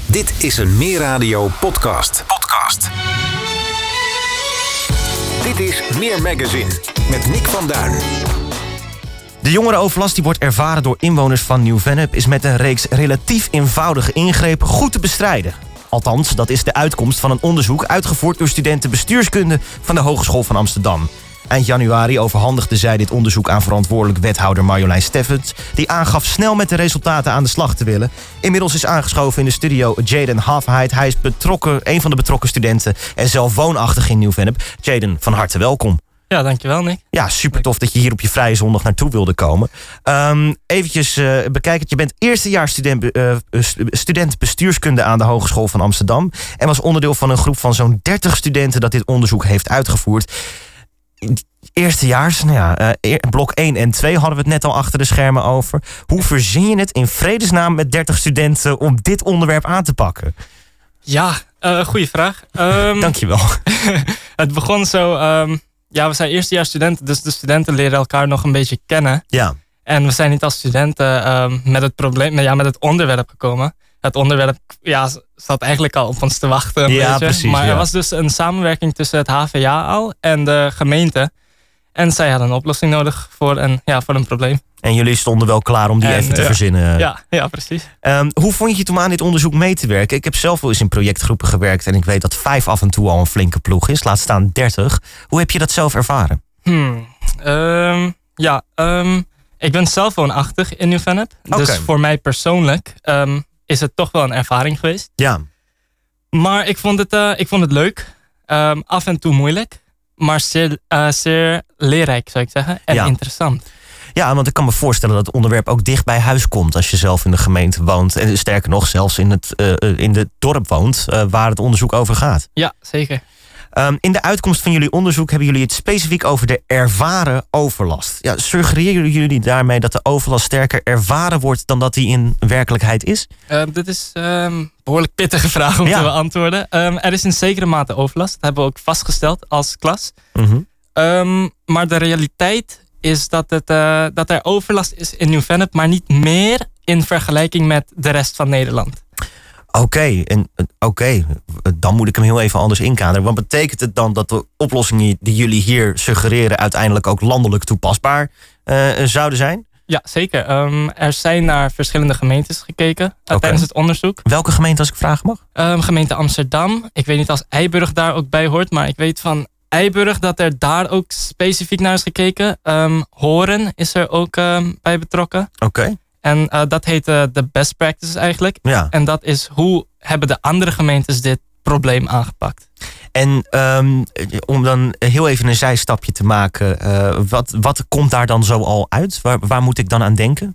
Dit is een Meer podcast. Dit is Meer Magazine met Nick van Duin. De jongerenoverlast die wordt ervaren door inwoners van Nieuw-Vennep is met een reeks relatief eenvoudige ingrepen goed te bestrijden. Althans, dat is de uitkomst van een onderzoek uitgevoerd door studenten bestuurskunde van de Hogeschool van Amsterdam. Eind januari overhandigde zij dit onderzoek aan verantwoordelijk wethouder Marjolein Steffens, die aangaf snel met de resultaten aan de slag te willen. Inmiddels is aangeschoven in de studio Jaden Hafheid. Hij is een van de betrokken studenten en zelf woonachtig in Nieuw-Vennep. Jaden, van harte welkom. Ja, dankjewel Nick. Ja, super tof dat je hier op je vrije zondag naartoe wilde komen. Eventjes bekijken. Je bent eerstejaars student bestuurskunde aan de Hogeschool van Amsterdam. En was onderdeel van een groep van zo'n 30 studenten dat dit onderzoek heeft uitgevoerd. Eerstejaars, blok 1 en 2 hadden we het net al achter de schermen over. Hoe verzin je het in vredesnaam met 30 studenten om dit onderwerp aan te pakken? Ja, goede vraag. Dankjewel. Het begon zo... we zijn eerstejaars studenten, dus de studenten leren elkaar nog een beetje kennen. Ja. En we zijn niet als studenten met het probleem, met het onderwerp gekomen. Het onderwerp zat eigenlijk al op ons te wachten. Precies. Maar er was dus een samenwerking tussen het HVA al en de gemeente. En zij hadden een oplossing nodig voor een probleem. En jullie stonden wel klaar om die even te verzinnen. Ja, precies. Hoe vond je het om aan dit onderzoek mee te werken? Ik heb zelf wel eens in projectgroepen gewerkt en ik weet dat 5 af en toe al een flinke ploeg is. Laat staan 30. Hoe heb je dat zelf ervaren? Ik ben zelf woonachtig in Nieuw-Vennep. Okay. Dus voor mij persoonlijk is het toch wel een ervaring geweest. Ja. Maar ik vond het leuk. Af en toe moeilijk. Maar zeer leerrijk, zou ik zeggen. En interessant. Ja, want ik kan me voorstellen dat het onderwerp ook dicht bij huis komt als je zelf in de gemeente woont. En sterker nog, zelfs in het dorp woont waar het onderzoek over gaat. Ja, zeker. In de uitkomst van jullie onderzoek hebben jullie het specifiek over de ervaren overlast. Ja, suggereren jullie daarmee dat de overlast sterker ervaren wordt dan dat die in werkelijkheid is? Dit is een behoorlijk pittige vraag om te beantwoorden. Er is in zekere mate overlast. Dat hebben we ook vastgesteld als klas. Mm-hmm. Maar de realiteit is dat er overlast is in Nieuw-Vennep, maar niet meer in vergelijking met de rest van Nederland. Oké, dan moet ik hem heel even anders inkaderen. Want betekent het dan dat de oplossingen die jullie hier suggereren uiteindelijk ook landelijk toepasbaar zouden zijn? Ja, zeker. Er zijn naar verschillende gemeentes gekeken tijdens het onderzoek. Welke gemeente, als ik vragen mag? Gemeente Amsterdam. Ik weet niet als Eiburg daar ook bij hoort, maar ik weet van Eiburg dat er daar ook specifiek naar is gekeken. Horen is er ook bij betrokken. Oké. En dat heet de best practices eigenlijk. Ja. En dat is hoe hebben de andere gemeentes dit probleem aangepakt. En om dan heel even een zijstapje te maken. Wat komt daar dan zo al uit? Waar moet ik dan aan denken?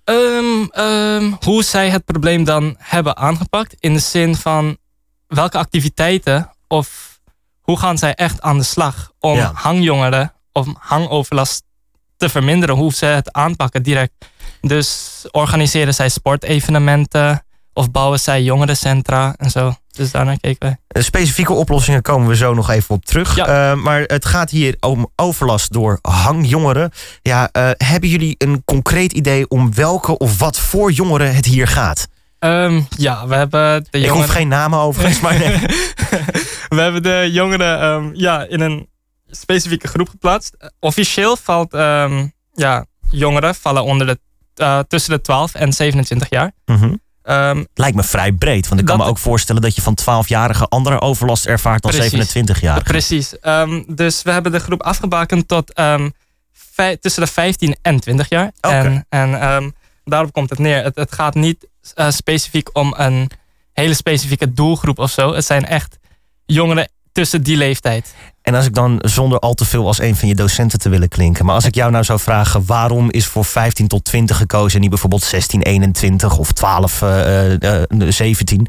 Hoe zij het probleem dan hebben aangepakt. In de zin van welke activiteiten of hoe gaan zij echt aan de slag om hangjongeren of hangoverlast te verminderen. Hoe ze het aanpakken direct. Dus organiseren zij sportevenementen of bouwen zij jongerencentra en zo. Dus daarnaar keken wij. Specifieke oplossingen komen we zo nog even op terug. Ja. Maar het gaat hier om overlast door hangjongeren. Ja, hebben jullie een concreet idee om welke of wat voor jongeren het hier gaat? We hebben de jongeren... Ik hoef geen namen overigens, maar nee. We hebben de jongeren in een specifieke groep geplaatst. Officieel valt jongeren vallen onder tussen de 12 en 27 jaar. Mm-hmm. Lijkt me vrij breed, want ik kan me ook voorstellen dat je van 12-jarigen andere overlast ervaart dan 27-jarigen. Precies. Dus we hebben de groep afgebakend tot tussen de 15 en 20 jaar. Okay. En daarop komt het neer. Het gaat niet specifiek om een hele specifieke doelgroep of zo. Het zijn echt jongeren tussen die leeftijd. En als ik dan, zonder al te veel als een van je docenten te willen klinken, maar als ik jou nou zou vragen, waarom is voor 15 tot 20 gekozen en niet bijvoorbeeld 16, 21 of 12, 17?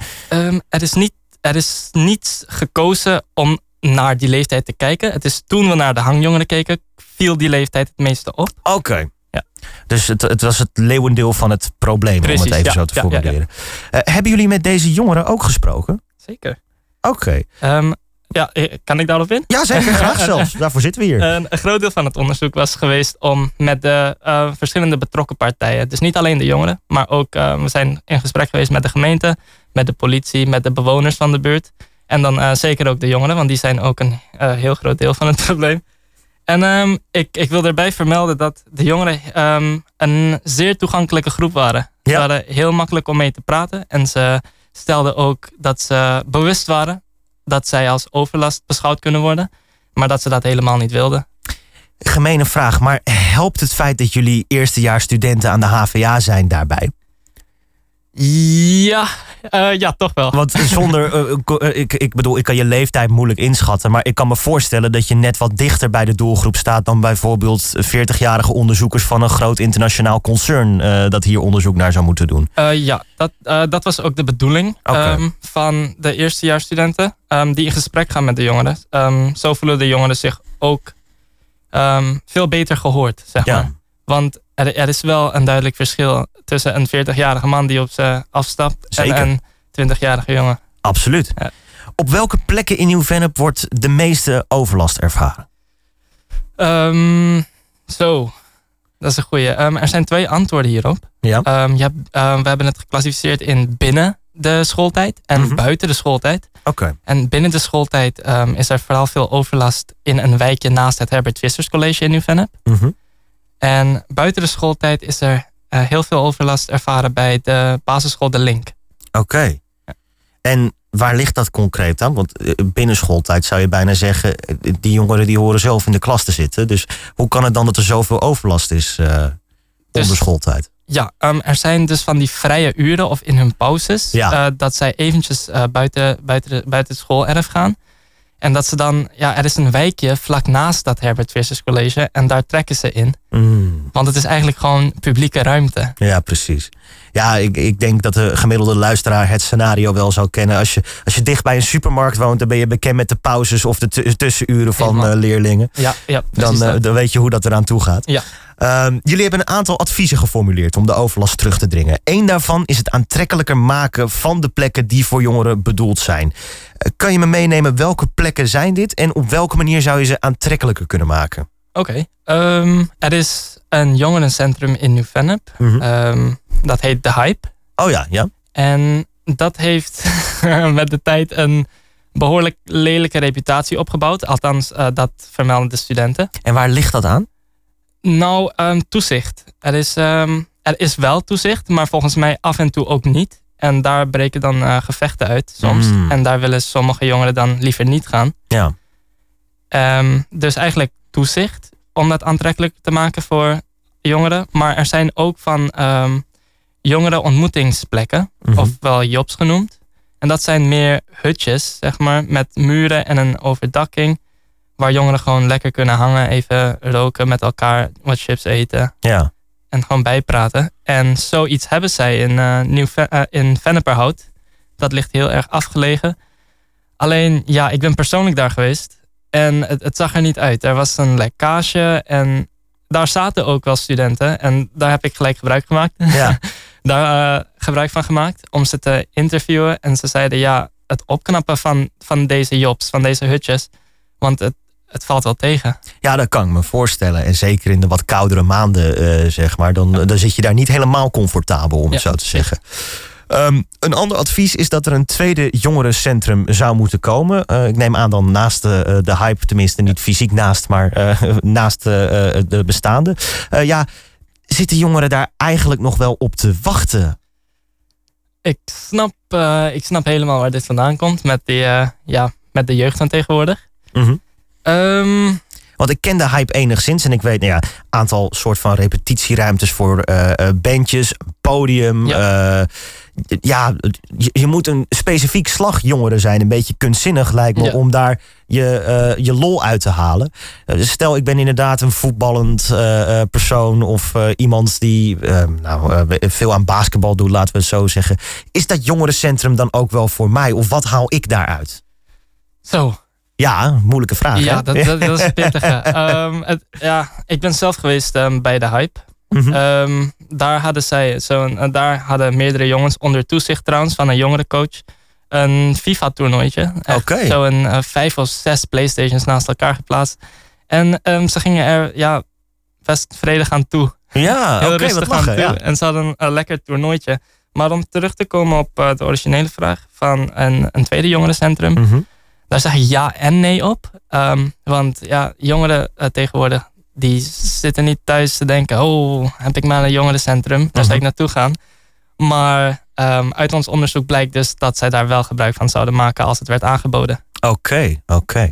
Er is niet gekozen om naar die leeftijd te kijken. Het is toen we naar de hangjongeren keken, viel die leeftijd het meeste op. Oké. Ja. Dus het was het leeuwendeel van het probleem. Precies, om het even zo te formuleren. Ja. Hebben jullie met deze jongeren ook gesproken? Zeker. Oké. Kan ik daarop in? Ja, zeker. Graag zelfs. Daarvoor zitten we hier. Een groot deel van het onderzoek was geweest om met de verschillende betrokken partijen, dus niet alleen de jongeren, maar ook we zijn in gesprek geweest met de gemeente, met de politie, met de bewoners van de buurt. En dan zeker ook de jongeren, want die zijn ook een heel groot deel van het probleem. En ik wil erbij vermelden dat de jongeren een zeer toegankelijke groep waren. Ze waren heel makkelijk om mee te praten. En ze stelden ook dat ze bewust waren dat zij als overlast beschouwd kunnen worden. Maar dat ze dat helemaal niet wilden. Gemene vraag, maar helpt het feit dat jullie eerstejaarsstudenten aan de HVA zijn daarbij? Ja, toch wel. Want zonder, ik bedoel, ik kan je leeftijd moeilijk inschatten, maar ik kan me voorstellen dat je net wat dichter bij de doelgroep staat dan bijvoorbeeld 40-jarige onderzoekers van een groot internationaal concern dat hier onderzoek naar zou moeten doen. Dat was ook de bedoeling van de eerstejaarsstudenten die in gesprek gaan met de jongeren. Zo voelen de jongeren zich ook veel beter gehoord, zeg maar. Want er is wel een duidelijk verschil tussen een 40-jarige man die op ze afstapt en een 20-jarige jongen. Absoluut. Ja. Op welke plekken in Nieuw-Vennep wordt de meeste overlast ervaren? Dat is een goeie. Er zijn 2 antwoorden hierop. Ja. We hebben het geclassificeerd in binnen de schooltijd en buiten de schooltijd. Okay. En binnen de schooltijd is er vooral veel overlast in een wijkje naast het Herbert Vissers College in Nieuw-Vennep. En buiten de schooltijd is er heel veel overlast ervaren bij de basisschool De Link. Oké. Ja. En waar ligt dat concreet aan? Want binnen schooltijd zou je bijna zeggen, die jongeren die horen zelf in de klas te zitten. Dus hoe kan het dan dat er zoveel overlast is onder schooltijd? Ja, er zijn dus van die vrije uren of in hun pauzes dat zij eventjes buiten het schoolerf gaan. En dat ze dan, er is een wijkje vlak naast dat Herbert Vissers College en daar trekken ze in. Want het is eigenlijk gewoon publieke ruimte. Ja, precies. Ja, ik denk dat de gemiddelde luisteraar het scenario wel zou kennen. Als je dicht bij een supermarkt woont, dan ben je bekend met de pauzes of de tussenuren van leerlingen. Ja, dan weet je hoe dat eraan toe gaat. Ja. Jullie hebben een aantal adviezen geformuleerd om de overlast terug te dringen. Eén daarvan is het aantrekkelijker maken van de plekken die voor jongeren bedoeld zijn. Kan je me meenemen welke plekken zijn dit en op welke manier zou je ze aantrekkelijker kunnen maken? Oké. Er is een jongerencentrum in Nieuw-Vennep. Dat heet The Hype. Oh ja. En dat heeft met de tijd een behoorlijk lelijke reputatie opgebouwd. Althans, dat vermelden de studenten. En waar ligt dat aan? Nou, toezicht. Er is wel toezicht, maar volgens mij af en toe ook niet. En daar breken dan gevechten uit soms. En daar willen sommige jongeren dan liever niet gaan. Ja. Dus eigenlijk toezicht om dat aantrekkelijk te maken voor jongeren. Maar er zijn ook van jongeren ontmoetingsplekken, ofwel jobs genoemd. En dat zijn meer hutjes, zeg maar, met muren en een overdakking. Waar jongeren gewoon lekker kunnen hangen, even roken met elkaar, wat chips eten. Ja. En gewoon bijpraten. En zoiets hebben zij in Venneperhout. Dat ligt heel erg afgelegen. Alleen, ik ben persoonlijk daar geweest. En het zag er niet uit. Er was een lekkage en daar zaten ook wel studenten. En daar heb ik gelijk gebruik gemaakt. Ja. Gebruik van gemaakt om ze te interviewen. En ze zeiden, het opknappen van deze jobs, van deze hutjes. Want het valt wel tegen. Ja, dat kan ik me voorstellen. En zeker in de wat koudere maanden, zeg maar. Dan zit je daar niet helemaal comfortabel, om het zo te zeggen. Een ander advies is dat er een tweede jongerencentrum zou moeten komen. Ik neem aan dan naast de Hype, tenminste niet fysiek naast, maar naast de bestaande. Zitten jongeren daar eigenlijk nog wel op te wachten? Ik snap helemaal waar dit vandaan komt met de jeugd van tegenwoordig. Want ik ken de Hype enigszins en ik weet, aantal soort van repetitieruimtes voor bandjes, podium. Je moet een specifiek slag jongeren zijn. Een beetje kunstzinnig lijkt me om daar je lol uit te halen. Stel, ik ben inderdaad een voetballend persoon of iemand die veel aan basketbal doet, laten we het zo zeggen. Is dat jongerencentrum dan ook wel voor mij? Of wat haal ik daaruit? Zo. Ja, moeilijke vraag. Ja, dat is een pittige. Ik ben zelf geweest bij de Hype. Daar hadden meerdere jongens onder toezicht trouwens van een jongerencoach een FIFA-toernooitje. Oké. Zo'n 5 of 6 PlayStations naast elkaar geplaatst. En ze gingen er best vredig aan toe. Ja, Heel oké, rustig wat lachen. aan toe. Ja. En ze hadden een lekker toernooitje. Maar om terug te komen op de originele vraag van een tweede jongerencentrum. Mhm. Daar zeg ik ja en nee op. Want ja, jongeren tegenwoordig, die zitten niet thuis te denken, oh, heb ik maar een jongerencentrum, daar zou ik naartoe gaan. Maar uit ons onderzoek blijkt dus dat zij daar wel gebruik van zouden maken als het werd aangeboden. Oké.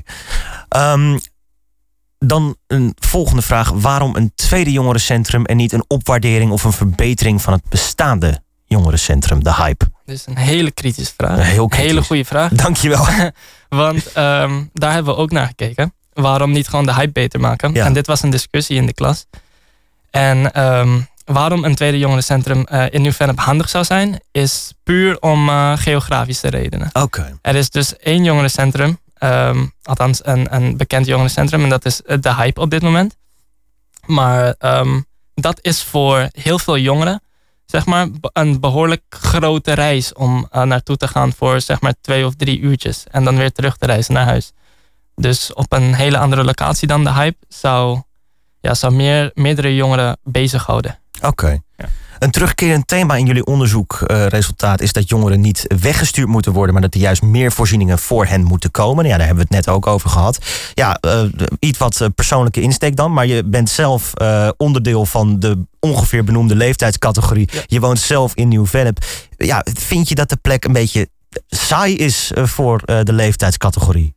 Dan een volgende vraag. Waarom een tweede jongerencentrum en niet een opwaardering of een verbetering van het bestaande jongerencentrum, de Hype? Dit is een hele kritische vraag. Heel kritisch. Hele goede vraag. Dankjewel. Want daar hebben we ook naar gekeken. Waarom niet gewoon de Hype beter maken? Ja. En dit was een discussie in de klas. En waarom een tweede jongerencentrum in Nieuw-Vennep handig zou zijn, is puur om geografische redenen. Oké. Er is dus 1 jongerencentrum, althans een bekend jongerencentrum, en dat is de Hype op dit moment. Maar dat is voor heel veel jongeren, zeg maar, een behoorlijk grote reis om naartoe te gaan voor, zeg maar, 2 of 3 uurtjes. En dan weer terug te reizen naar huis. Dus op een hele andere locatie dan de Hype zou meerdere jongeren bezighouden. Oké. Ja. Een terugkerend thema in jullie onderzoekresultaat is dat jongeren niet weggestuurd moeten worden, maar dat er juist meer voorzieningen voor hen moeten komen. Ja, daar hebben we het net ook over gehad. Ja, iets wat persoonlijke insteek dan, maar je bent zelf onderdeel van de ongeveer benoemde leeftijdscategorie. Ja. Je woont zelf in Nieuw-Vennep. Ja, vind je dat de plek een beetje saai is voor de leeftijdscategorie?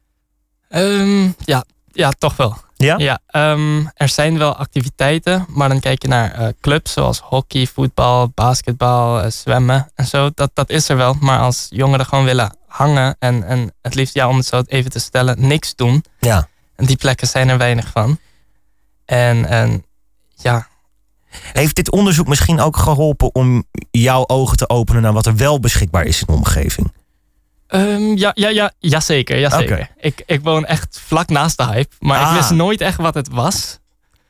Ja, toch wel. Ja? Er zijn wel activiteiten, maar dan kijk je naar clubs zoals hockey, voetbal, basketbal, zwemmen en zo. Dat is er wel, maar als jongeren gewoon willen hangen en het liefst, om het zo even te stellen, niks doen. Ja. En die plekken zijn er weinig van. En ja. Heeft dit onderzoek misschien ook geholpen om jouw ogen te openen naar wat er wel beschikbaar is in de omgeving? Jazeker. Okay. Ik woon echt vlak naast de Hype, maar ik wist nooit echt wat het was.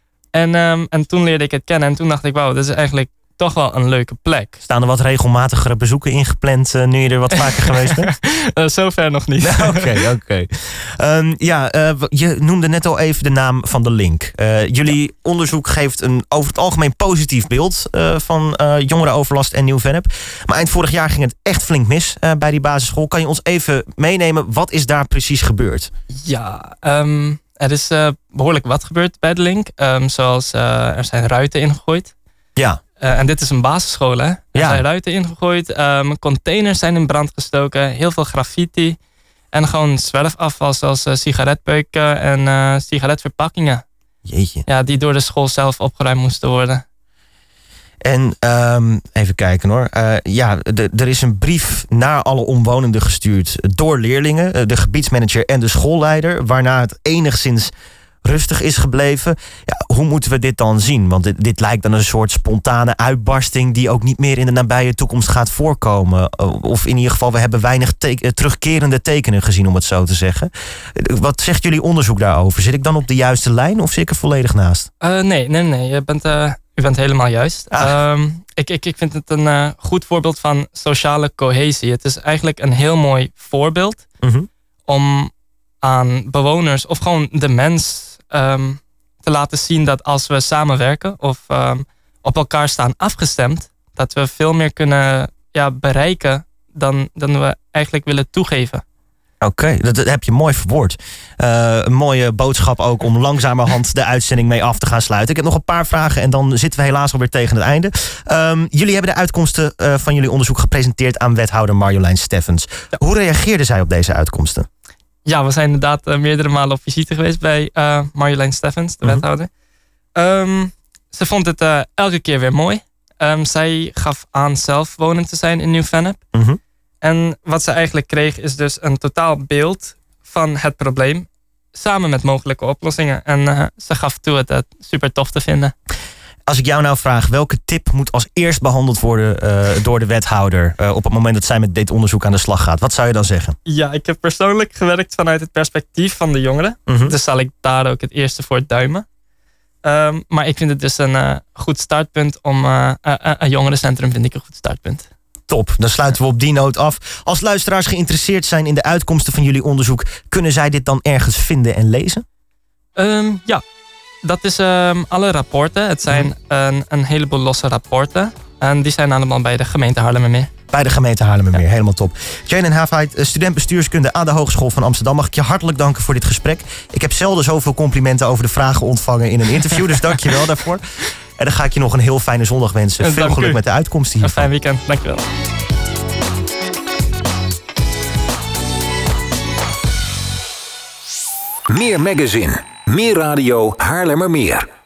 En toen leerde ik het kennen en toen dacht ik, wauw, dit is eigenlijk toch wel een leuke plek. Staan er wat regelmatigere bezoeken ingepland nu je er wat vaker geweest bent? Zover nog niet. Oké. Je noemde net al even de naam van de link. Jullie onderzoek geeft een over het algemeen positief beeld van jongerenoverlast en Nieuw-Vennep. Maar eind vorig jaar ging het echt flink mis bij die basisschool. Kan je ons even meenemen, wat is daar precies gebeurd? Ja, er is behoorlijk wat gebeurd bij de link. Zoals er zijn ruiten ingegooid. Ja. En dit is een basisschool, hè? Er Ja. zijn ruiten ingegooid, containers zijn in brand gestoken, heel veel graffiti. En gewoon zwerfafval zoals sigaretpeuken en sigaretverpakkingen. Jeetje. Ja, die door de school zelf opgeruimd moesten worden. En even kijken hoor. Er is een brief naar alle omwonenden gestuurd door leerlingen, de gebiedsmanager en de schoolleider, waarna het enigszins rustig is gebleven. Ja, hoe moeten we dit dan zien? Want dit lijkt dan een soort spontane uitbarsting die ook niet meer in de nabije toekomst gaat voorkomen. Of in ieder geval, we hebben weinig terugkerende tekenen gezien, om het zo te zeggen. Wat zegt jullie onderzoek daarover? Zit ik dan op de juiste lijn of zit ik er volledig naast? Nee. U bent helemaal juist. Ik vind het een goed voorbeeld van sociale cohesie. Het is eigenlijk een heel mooi voorbeeld om aan bewoners of gewoon de mens te laten zien dat als we samenwerken of op elkaar staan afgestemd, dat we veel meer kunnen bereiken dan we eigenlijk willen toegeven. Oké, dat heb je mooi verwoord. Een mooie boodschap ook om langzamerhand de uitzending mee af te gaan sluiten. Ik heb nog een paar vragen en dan zitten we helaas alweer tegen het einde. Jullie hebben de uitkomsten van jullie onderzoek gepresenteerd aan wethouder Marjolein Steffens. Ja. Hoe reageerde zij op deze uitkomsten? Ja, we zijn inderdaad meerdere malen op visite geweest bij Marjolein Steffens, de wethouder. Ze vond het elke keer weer mooi. Zij gaf aan zelf wonend te zijn in Nieuw-Vennep. En wat ze eigenlijk kreeg is dus een totaal beeld van het probleem, samen met mogelijke oplossingen. En ze gaf toe het super tof te vinden. Als ik jou nou vraag, welke tip moet als eerst behandeld worden door de wethouder op het moment dat zij met dit onderzoek aan de slag gaat? Wat zou je dan zeggen? Ja, ik heb persoonlijk gewerkt vanuit het perspectief van de jongeren. Dus zal ik daar ook het eerste voor duimen. Maar ik vind het dus een goed startpunt om een jongerencentrum vind ik een goed startpunt. Top, dan sluiten we op die noot af. Als luisteraars geïnteresseerd zijn in de uitkomsten van jullie onderzoek, kunnen zij dit dan ergens vinden en lezen? Ja, dat is alle rapporten. Het zijn een heleboel losse rapporten. En die zijn allemaal bij de gemeente Haarlemmermeer. Bij de gemeente Haarlemmermeer, helemaal top. Jane Haafheid, student bestuurskunde aan de Hogeschool van Amsterdam. Mag ik je hartelijk danken voor dit gesprek. Ik heb zelden zoveel complimenten over de vragen ontvangen in een interview. Dus dank je wel daarvoor. En dan ga ik je nog een heel fijne zondag wensen. Veel geluk met de uitkomsten hiervan. Een fijn weekend, dank je wel. Meer magazine, meer radio Haarlemmermeer.